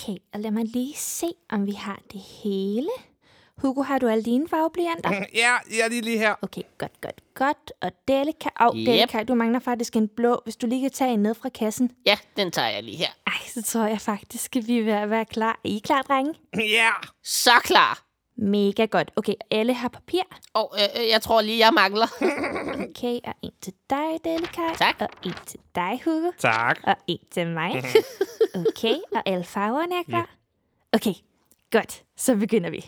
Okay, og lad mig lige se, om vi har det hele. Hugo, har du alle dine farveblyanter? Ja, jeg er lige her. Okay, godt. Og Delicate, du mangler faktisk en blå, hvis du lige kan tage en ned fra kassen. Ja, den tager jeg lige her. Ej, så tror jeg faktisk, at vi er ved at være klar. Er I klar, drenge? Ja. Så klar. Mega godt. Okay, alle har papir. Jeg tror lige, jeg mangler. Okay, og en til dig, Delicate. Tak. Og en til dig, Hugo. Tak. Og en til mig. Okay, og alle farverne er klar? Okay, godt. Så begynder vi.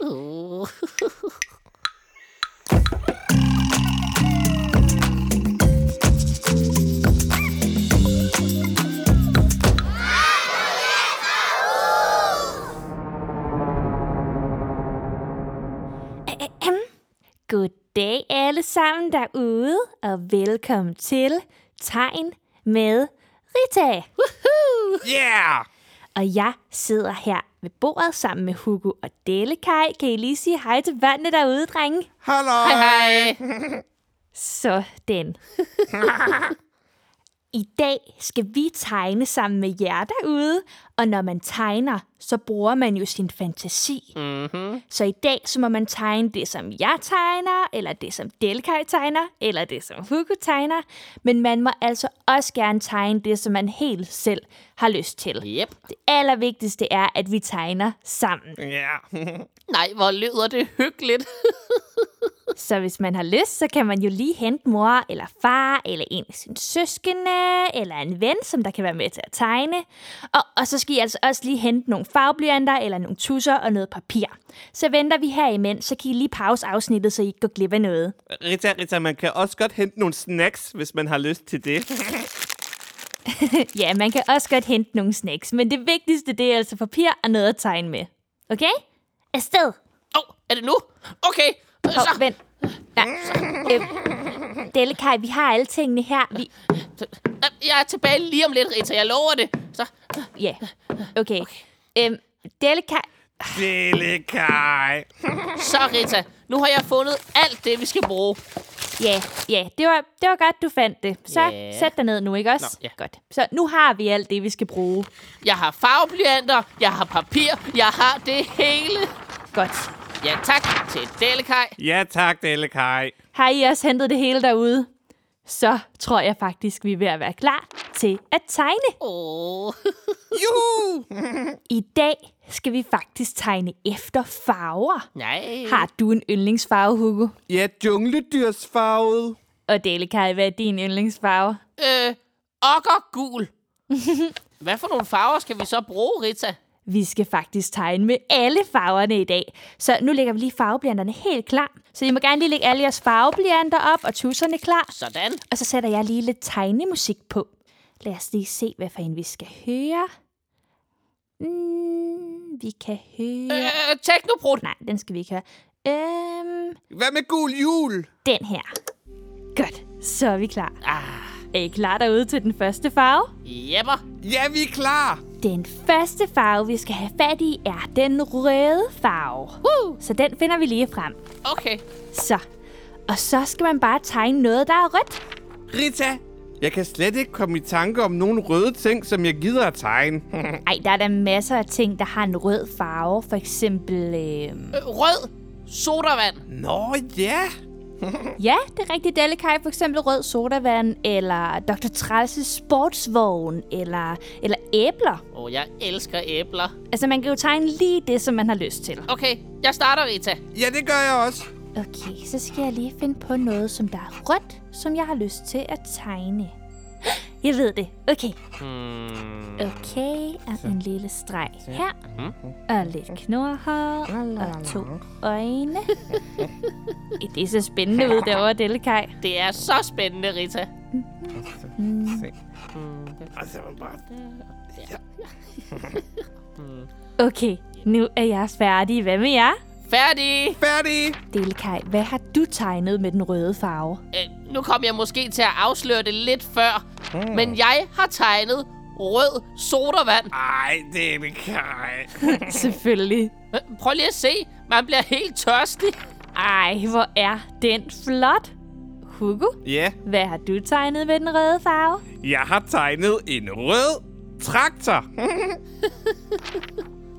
Goddag alle sammen derude, og velkommen til Tegn med Rita. Yeah! Og jeg sidder her ved bordet sammen med Hugo og Delicate. Kan I lige sige hej til børnene derude, drenge? Hallo. Hej. Sådan. I dag skal vi tegne sammen med jer derude, og når man tegner, så bruger man jo sin fantasi. Mm-hmm. Så i dag så må man tegne det, som jeg tegner, eller det, som Delicate tegner, eller det, som Hugo tegner. Men man må altså også gerne tegne det, som man helt selv har lyst til. Yep. Det allervigtigste er, at vi tegner sammen. Ja. Nej, hvor lyder det hyggeligt. Så hvis man har lyst, så kan man jo lige hente mor eller far, eller en af sine søskende, eller en ven, som der kan være med til at tegne. Og så skal I altså også lige hente nogle farveblyanter, eller nogle tusser og noget papir. Så venter vi her imens, så kan I lige pause afsnittet, så I ikke går glip af noget. Rita, man kan også godt hente nogle snacks, hvis man har lyst til det. Ja, man kan også godt hente nogle snacks, men det vigtigste, det er altså papir og noget at tegne med. Okay? Afsted! Er det nu? Okay. Hov, vent. Ja. Delicate, vi har alle tingene her. Jeg er tilbage lige om lidt, Rita. Jeg lover det. Så. Ja, okay. Delicate. Delicate. Så, Rita, nu har jeg fundet alt det, vi skal bruge. Ja, det var godt, du fandt det. Så sæt dig ned nu, ikke også? Nå, ja. Godt. Så nu har vi alt det, vi skal bruge. Jeg har farveblyanter, jeg har papir, jeg har det hele. Godt. Ja, tak til Delicate. Ja, tak, Delicate. Har I også hentet det hele derude? Så tror jeg faktisk, vi er ved at være klar til at tegne. Juhu! I dag skal vi faktisk tegne efter farver. Nej. Har du en yndlingsfarve, Hugo? Ja, jungledyrsfarvet. Og Delicate, hvad er din yndlingsfarve? Okkergul. Hvad for nogle farver skal vi så bruge, Rita? Vi skal faktisk tegne med alle farverne i dag. Så nu lægger vi lige farveblyanternes helt klar. Så I må gerne lige lægge alle jeres farveblyanter op og tusserne klar. Sådan. Og så sætter jeg lige lidt tegnemusik på. Lad os lige se, hvad for en vi skal høre. Vi kan høre... Teknobrud. Nej, den skal vi ikke høre. Hvad med gul jul? Den her. Godt, så er vi klar. Er I klar derude til den første farve? Jepper. Ja, vi er klar. Den første farve, vi skal have fat i, er den røde farve. Så den finder vi lige frem. Okay. Og så skal man bare tegne noget, der er rødt. Rita, jeg kan slet ikke komme i tanke om nogle røde ting, som jeg gider at tegne. Ej, der er da masser af ting, der har en rød farve. For eksempel... Rød sodavand. Nå, ja. Ja, det er rigtigt, Delicate. For eksempel rød sodavand, eller Dr. Trælses sportsvogn, eller æbler. Jeg elsker æbler. Altså, man kan jo tegne lige det, som man har lyst til. Okay, jeg starter, Rita. Ja, det gør jeg også. Okay, så skal jeg lige finde på noget, som der er rødt, som jeg har lyst til at tegne. Jeg ved det. Okay. Okay, og en lille streg her. Og lidt knurhår. Og 2 øjne. Det ser spændende ud derovre, Delicate. Det er så spændende, Rita. Okay, nu er jeg færdig. Hvad med jer? Færdig. Delicate, hvad har du tegnet med den røde farve? Nu kom jeg måske til at afsløre det lidt før, men jeg har tegnet rød sodavand. Ej, Delicate. Selvfølgelig. Prøv lige at se. Man bliver helt tørstig. Ej, hvor er den flot. Hugo, Ja, hvad har du tegnet med den røde farve? jeg har tegnet en rød traktor.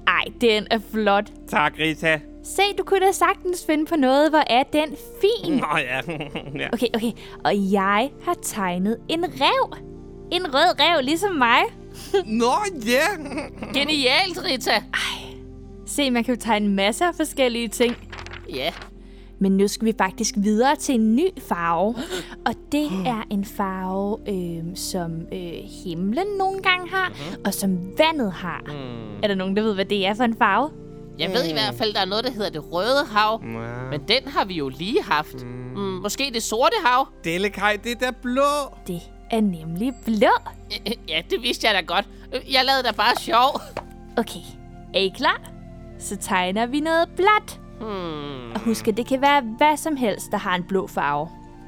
den er flot. Tak, Rita. Se, du kunne da sagtens finde på noget, hvor er den fin. Nå ja. Ja. Okay. Og jeg har tegnet en ræv. En rød ræv, ligesom mig. Nå ja. Genialt, Rita. Se, man kan jo tegne masser af forskellige ting. Ja. Men nu skal vi faktisk videre til en ny farve. Og det er en farve, som himlen nogle gange har, og som vandet har. Er der nogen, der ved, hvad det er for en farve? Jeg ved i hvert fald, der er noget, der hedder det røde hav. Men den har vi jo lige haft. Måske det sorte hav? Delikaj, det er da blå. Det er nemlig blå. Ja, det vidste jeg da godt. Jeg lavede da bare sjov. Okay, er I klar? Så tegner vi noget blåt. Og husk, at det kan være hvad som helst, der har en blå farve.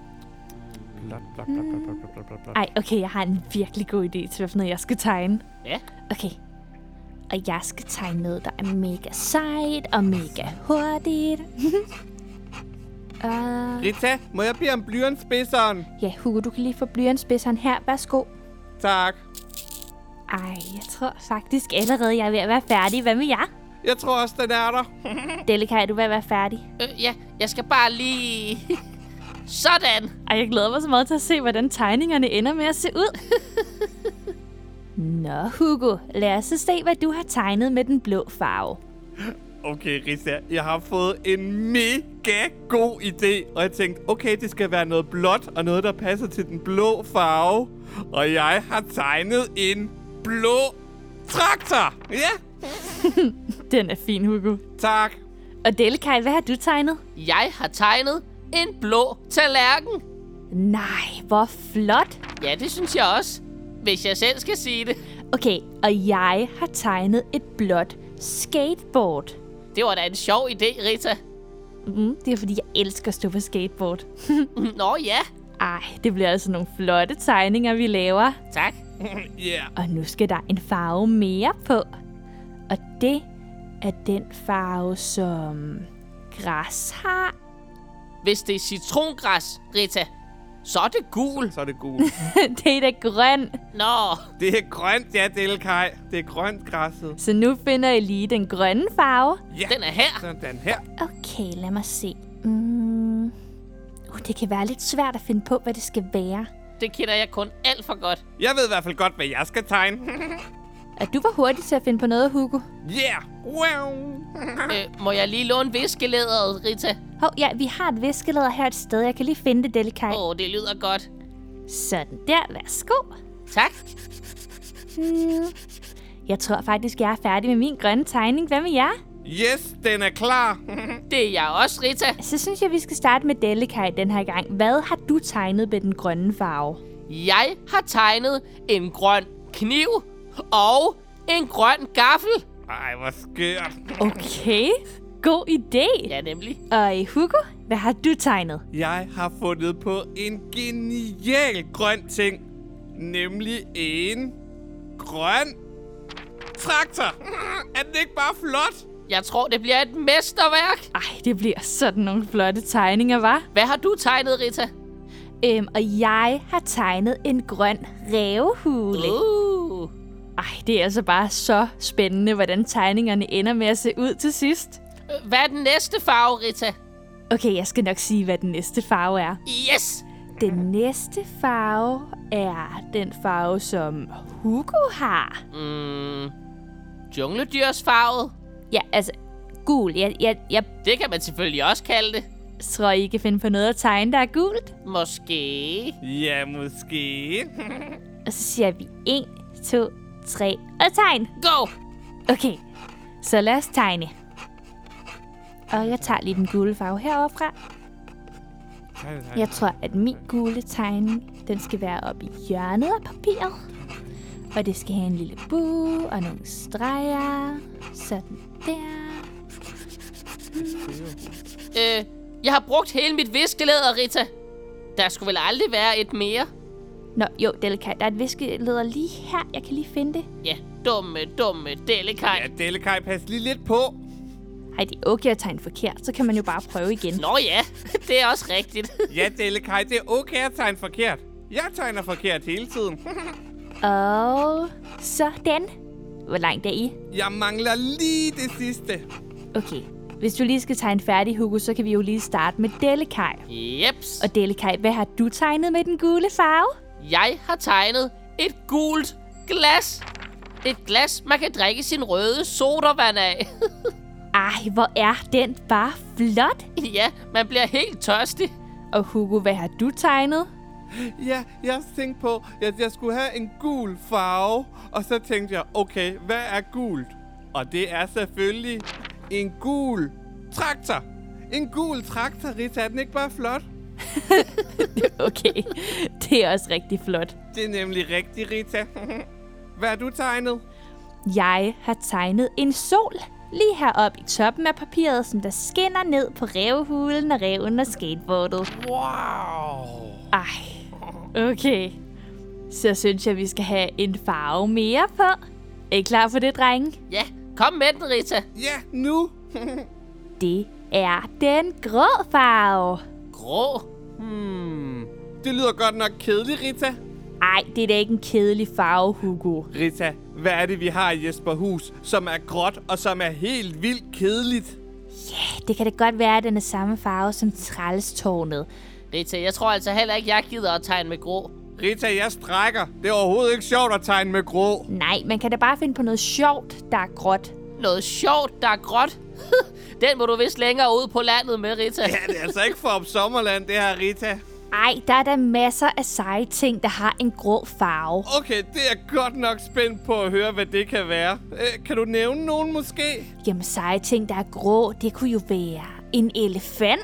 Blot. Ej, okay, jeg har en virkelig god idé til, hvad for noget jeg skal tegne. Ja. Okay. Og jeg skal tegne noget, der er mega sejt og mega hurtigt. Rita, må jeg bede om blyantspidseren? Ja, Hugo, du kan lige få blyantspidseren her. Værsgo. Tak. Ej, jeg tror faktisk allerede, jeg er ved at være færdig. Hvad med jer? Jeg tror også, den er der. Delikaj, er du ved at være færdig? Ja, jeg skal bare lige... Sådan. Ej, jeg glæder mig så meget til at se, hvordan tegningerne ender med at se ud. Nå, Hugo, lad os se, hvad du har tegnet med den blå farve. Okay, Rita, jeg har fået en mega god idé. Og jeg tænkte, okay, det skal være noget blåt og noget, der passer til den blå farve. Og jeg har tegnet en blå traktor. Ja. Den er fin, Hugo. Tak. Og Delikaj, hvad har du tegnet? Jeg har tegnet en blå tallerken. Nej, hvor flot. Ja, det synes jeg også. Hvis jeg selv skal sige det. Okay, og jeg har tegnet et blåt skateboard. Det var da en sjov idé, Rita. Det er, fordi jeg elsker at stå på skateboard. Nå ja. Ej, det bliver altså nogle flotte tegninger, vi laver. Tak. Yeah. Og nu skal der en farve mere på. Og det er den farve, som græs har. Hvis det er citrongræs, Rita, så er det gul. Så er det gul. Det er da grøn. Nå. Det er grønt, ja, Delikaj. Det er grønt græsset. Så nu finder I lige den grønne farve. Ja. Den er her. Sådan her. Okay, lad mig se. Det kan være lidt svært at finde på, hvad det skal være. Det kender jeg kun alt for godt. Jeg ved i hvert fald godt, hvad jeg skal tegne. Og du var hurtig til at finde på noget, Hugo. Yeah! Wow! Må jeg lige låne viskelæderet, Rita? Hov, ja, vi har et viskelæder her et sted. Jeg kan lige finde det, Delikaj. Det lyder godt. Sådan der, værsgo. Tak. Jeg tror faktisk, jeg er færdig med min grønne tegning. Hvad med jer? Yes, den er klar. Det er jeg også, Rita. Så synes jeg, vi skal starte med Delikaj den her gang. Hvad har du tegnet med den grønne farve? Jeg har tegnet en grøn kniv og en grøn gaffel. Ej, hvor skørt. Okay, god idé. Ja, nemlig. Og Hugo, hvad har du tegnet? Jeg har fundet på en genial grøn ting. Nemlig en grøn traktor. Er den ikke bare flot? Jeg tror, det bliver et mesterværk. Ej, det bliver sådan nogle flotte tegninger, hva'? Hvad har du tegnet, Rita? Og jeg har tegnet en grøn rævehule. Ej, det er altså bare så spændende, hvordan tegningerne ender med at se ud til sidst. Hvad er den næste farve, Rita? Okay, jeg skal nok sige, hvad den næste farve er. Yes! Den næste farve er den farve, som Hugo har. Jungledyrsfarvet? Ja, altså gul. Jeg Det kan man selvfølgelig også kalde det. tror, I kan finde på noget at tegne, der er gult. Måske. Ja, måske. Og så siger vi 1, 2, 3 og tegn. Go! Okay, så lad os tegne. Og jeg tager lige den gule farve heroppe fra. Jeg tror, at min gule tegning, den skal være oppe i hjørnet af papiret. Og det skal have en lille bue og nogle streger. Sådan der. Jeg har brugt hele mit viskelæder, Rita. Der skulle vel aldrig være et mere? Nå, jo, Delikaj, der er et viskeleder lige her. Jeg kan lige finde det. Ja, dumme Delikaj. Ja, Delikaj, pas lige lidt på. Ej, det er okay at tegne forkert. Så kan man jo bare prøve igen. Nå ja, det er også rigtigt. Ja, Delikaj, det er okay at tegne forkert. Jeg tegner forkert hele tiden. Og sådan. Hvor langt er I? Jeg mangler lige det sidste. Okay. Hvis du lige skal tegne færdig, Hugo, så kan vi jo lige starte med Delicaj. Jeps. Og Delicaj, hvad har du tegnet med den gule farve? Jeg har tegnet et gult glas. Et glas, man kan drikke sin røde sodavand af. Ej, hvor er den bare flot. Ja, man bliver helt tørstig. Og Hugo, hvad har du tegnet? Ja, jeg tænkte på, at jeg skulle have en gul farve. Og så tænkte jeg, okay, hvad er gult? Og det er selvfølgelig en gul traktor. En gul traktor, Rita. Er den ikke bare flot? Okay, det er også rigtig flot. Det er nemlig rigtigt, Rita. Hvad har du tegnet? Jeg har tegnet en sol lige heroppe i toppen af papiret, som der skinner ned på rævehulen og ræven og skateboardet. Wow! Ej, okay. Så synes jeg, vi skal have en farve mere på. Er I klar for det, drenge? Ja, kom med den, Rita. Ja, nu! Det er den grå farve. Grå. Det lyder godt nok kedeligt, Rita. Ej, det er da ikke en kedelig farve, Hugo. Rita, hvad er det, vi har i Jesperhus, som er gråt og som er helt vildt kedeligt? Ja, det kan da godt være, at den er samme farve som trælstårnet. Rita, jeg tror altså heller ikke, jeg gider at tegne med grå. Rita, jeg strækker. Det er overhovedet ikke sjovt at tegne med grå. Nej, man kan da bare finde på noget sjovt, der er gråt. Noget sjovt, der er gråt. Den må du vist længere ud på landet med, Rita. Ja, det er altså ikke for op sommerland, det her, Rita. Ej, der er der masser af seje ting, der har en grå farve. Okay, det er godt nok spændt på at høre, hvad det kan være. Kan du nævne nogen måske? Jamen, seje ting, der er grå, det kunne jo være en elefant.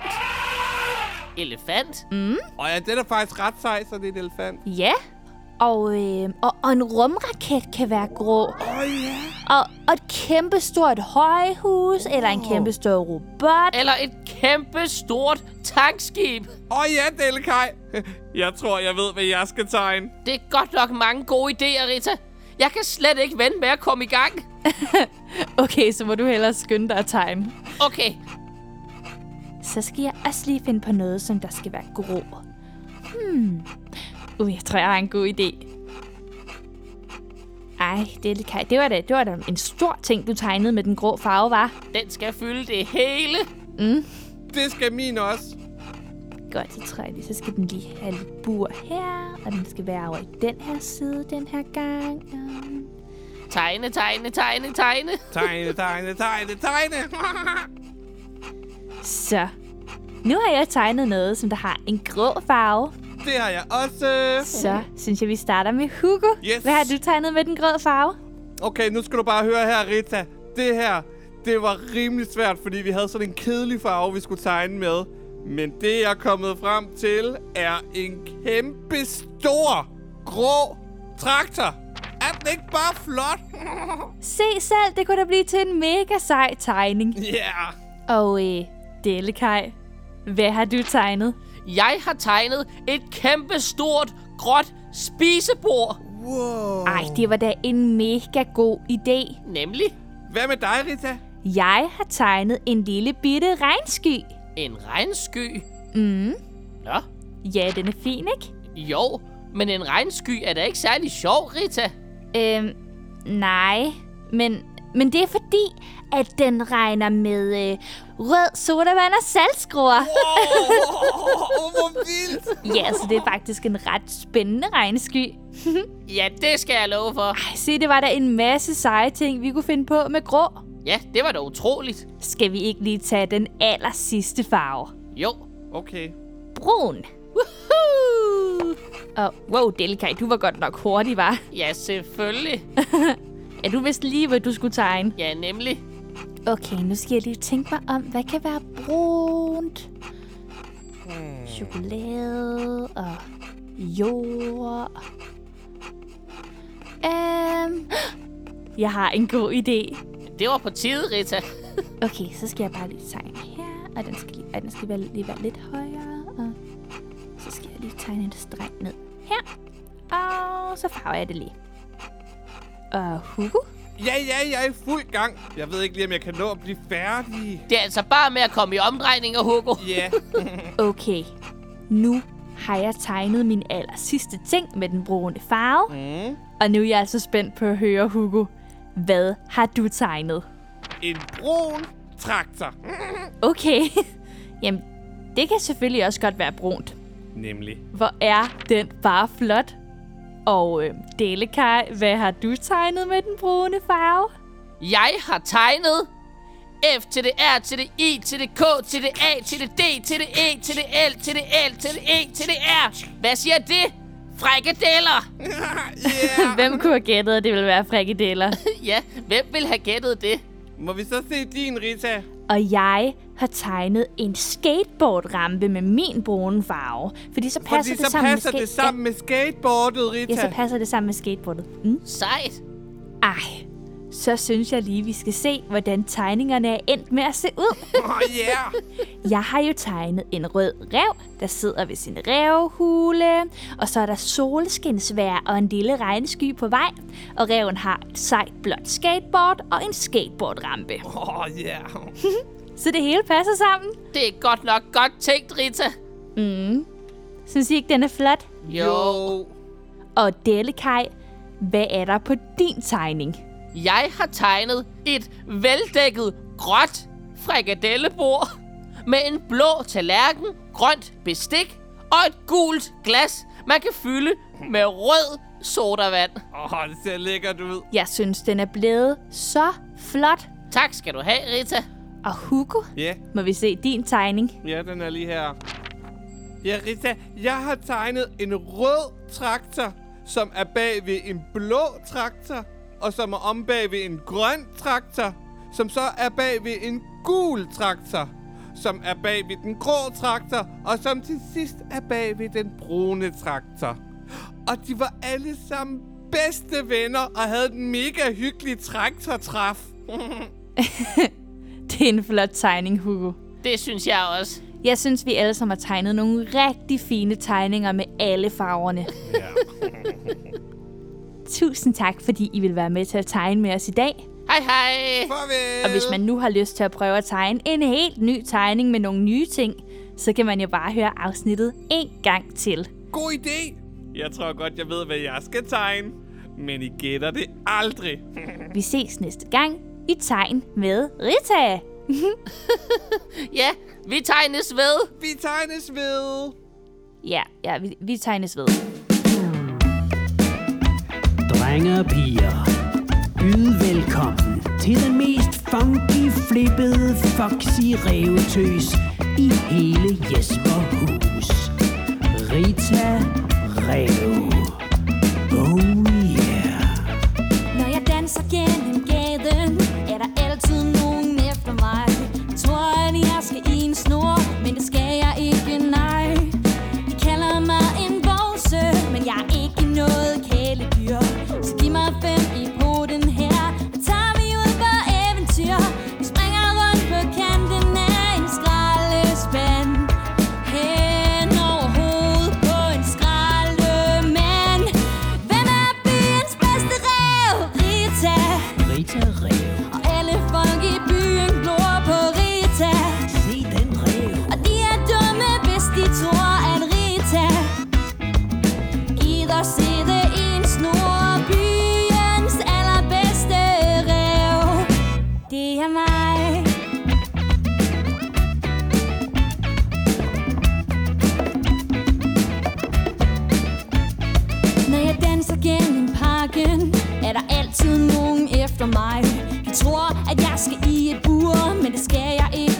Elefant? Og ja, det er faktisk ret sej, så det er et elefant. Ja, og en rumraket kan være grå. Ja. Og et kæmpestort højhus, eller en kæmpestor robot. Eller et kæmpe stort tankskib. Ja, Delicaj. Jeg tror, jeg ved, hvad jeg skal tegne. Det er godt nok mange gode idéer, Rita. Jeg kan slet ikke vente med at komme i gang. Okay, så må du hellere skynde dig at tegne. Okay. Så skal jeg også lige finde på noget, som der skal være grå. Jeg tror, jeg har en god idé. Ej, Delicaj, det var da en stor ting, du tegnede med den grå farve, var. Den skal fylde det hele. Det skal min også. Godt, så tror jeg lige, så skal den lige have lidt bur her, og den skal være over i den her side den her gang. Tegne. Tegne. Så, nu har jeg tegnet noget, som der har en grå farve. Det har jeg også. Så synes jeg, vi starter med Hugo. Yes. Hvad har du tegnet med den grå farve? Okay, nu skal du bare høre her, Rita. Det her, det var rimelig svært, fordi vi havde sådan en kedelig farve, vi skulle tegne med. Men det, jeg er kommet frem til, er en kæmpe stor grå traktor. Er den ikke bare flot? Se selv, det kunne da blive til en mega sej tegning. Ja. Yeah. Og Delicaj, hvad har du tegnet? Jeg har tegnet et kæmpe stort gråt spisebord. Wow. Ej, det var da en mega god idé. Nemlig Hvad med dig, Rita? Jeg har tegnet en lille bitte regnsky. en regnsky. Nå, Ja, den er fin, ikke? jo, men en regnsky er da ikke særlig sjov, Rita. Nej, men det er fordi, at den regner med rød sodavand og saltskruer. Hvor vildt! Ja, så det er faktisk en ret spændende regnsky. Ja, det skal jeg love for. Ej, se, det var der en masse seje ting, vi kunne finde på med grå. Ja, det var da utroligt. Skal vi ikke lige tage den aller sidste farve? Jo. Okay. Brun. Woohoo! Og wow, Delicaj, du var godt nok hurtig, var. Ja, selvfølgelig. Ja, du vidste lige, hvad du skulle tegne. Ja, nemlig. Okay, nu skal jeg lige tænke mig om, hvad kan være brunt? Chokolade og jord. Jeg har en god idé. Det var på tide, Rita. Okay, så skal jeg bare lige tegne her, og den skal lige være lidt højere, og så skal jeg lige tegne en streg ned her, og så farver jeg det lige. Og Hugo? Ja, jeg er i fuld gang. Jeg ved ikke lige, om jeg kan nå at blive færdig. Det er altså bare med at komme i omdrejninger, Hugo. Ja. Okay, nu har jeg tegnet min aller sidste ting med den brune farve, og nu er jeg altså spændt på at høre, Hugo. hvad har du tegnet? En brun traktor. Okay, jamen det kan selvfølgelig også godt være brunt. Nemlig. Hvor er den bare flot. Og Delecay, hvad har du tegnet med den brune farve? Jeg har tegnet F til det R til det I til det K til det A til det D til det E til det L til det L til det E til det R. Hvad siger det? Frikadeller! Yeah. Hvem kunne have gættet, at det ville være frikadeller? Ja, hvem vil have gættet det? Må vi så se din, Rita? Og jeg har tegnet en skateboardrampe med min brune farve. Fordi så passer det sammen med skateboardet, Rita. Ja, så passer det sammen med skateboardet. Sejt. Ej, så synes jeg lige, vi skal se, hvordan tegningerne er endt med at se ud. Yeah. Jeg har jo tegnet en rød ræv, der sidder ved sin rævehule. Og så er der solskinsvejr og en lille regnsky på vej. Og ræven har et sejt blåt skateboard og en skateboardrampe. Yeah. Så det hele passer sammen. Det er godt nok godt tænkt, Rita. Synes I ikke, den er flot? Jo. Og Delecay, hvad er der på din tegning? Jeg har tegnet et veldækket grønt frikadellebord med en blå tallerken, grønt bestik og et gult glas, man kan fylde med rød sodavand. Det ser lækkert ud. Jeg synes, den er blevet så flot. Tak skal du have, Rita. Og Hugo, Ja. må vi se din tegning? Ja, den er lige her. Ja, Rita, jeg har tegnet en rød traktor, som er bag ved en blå traktor, og som er om bag ved en grøn traktor, som så er bag ved en gul traktor, som er bag ved den grå traktor, og som til sidst er bag ved den brune traktor. Og de var alle sammen bedste venner og havde den mega hyggelige traktortræf. Det er en flot tegning, Hugo. Det synes jeg også. Jeg synes, vi alle sammen har tegnet nogle rigtig fine tegninger med alle farverne. Ja. Tusind tak, fordi I vil være med til at tegne med os i dag. Hej hej. Farvel. Og hvis man nu har lyst til at prøve at tegne en helt ny tegning med nogle nye ting, så kan man jo bare høre afsnittet en gang til. God idé. Jeg tror godt, jeg ved, hvad jeg skal tegne. Men I gætter det aldrig. Vi ses næste gang i Tegn med Rita. Ja, vi tegnes ved. Vi tegnes ved. Ja, vi tegnes ved. Drenge og piger, byd velkommen til den mest funky, flippede, foxy rævetøs i hele Jesperhus. Rita Ræv. Oh yeah. Når jeg danser gennem gaden, er der altid nogen efter mig. Jeg tror, at jeg skal i en snor, men det skal jeg ikke, nej. De kalder mig en vovse, men jeg er ikke noget kæledyr. Så giv mig 5 i poten her, og tager vi ud på eventyr. Vi springer rundt på kanten af en skraldespand, hen over hovedet på en skraldemand. Hvem er byens bedste ræv? Rita. Rita Ræv. Og alle folk i byen glor på Rita. Se den ræv. Og de er dumme, hvis de tror, at Rita gider sidde i en snor. Byens allerbedste ræv, det er mig. Når jeg danser gennem parken, er der altid nogen efter mig. Jeg tror, at jeg skal i et bur, men det skal jeg ikke.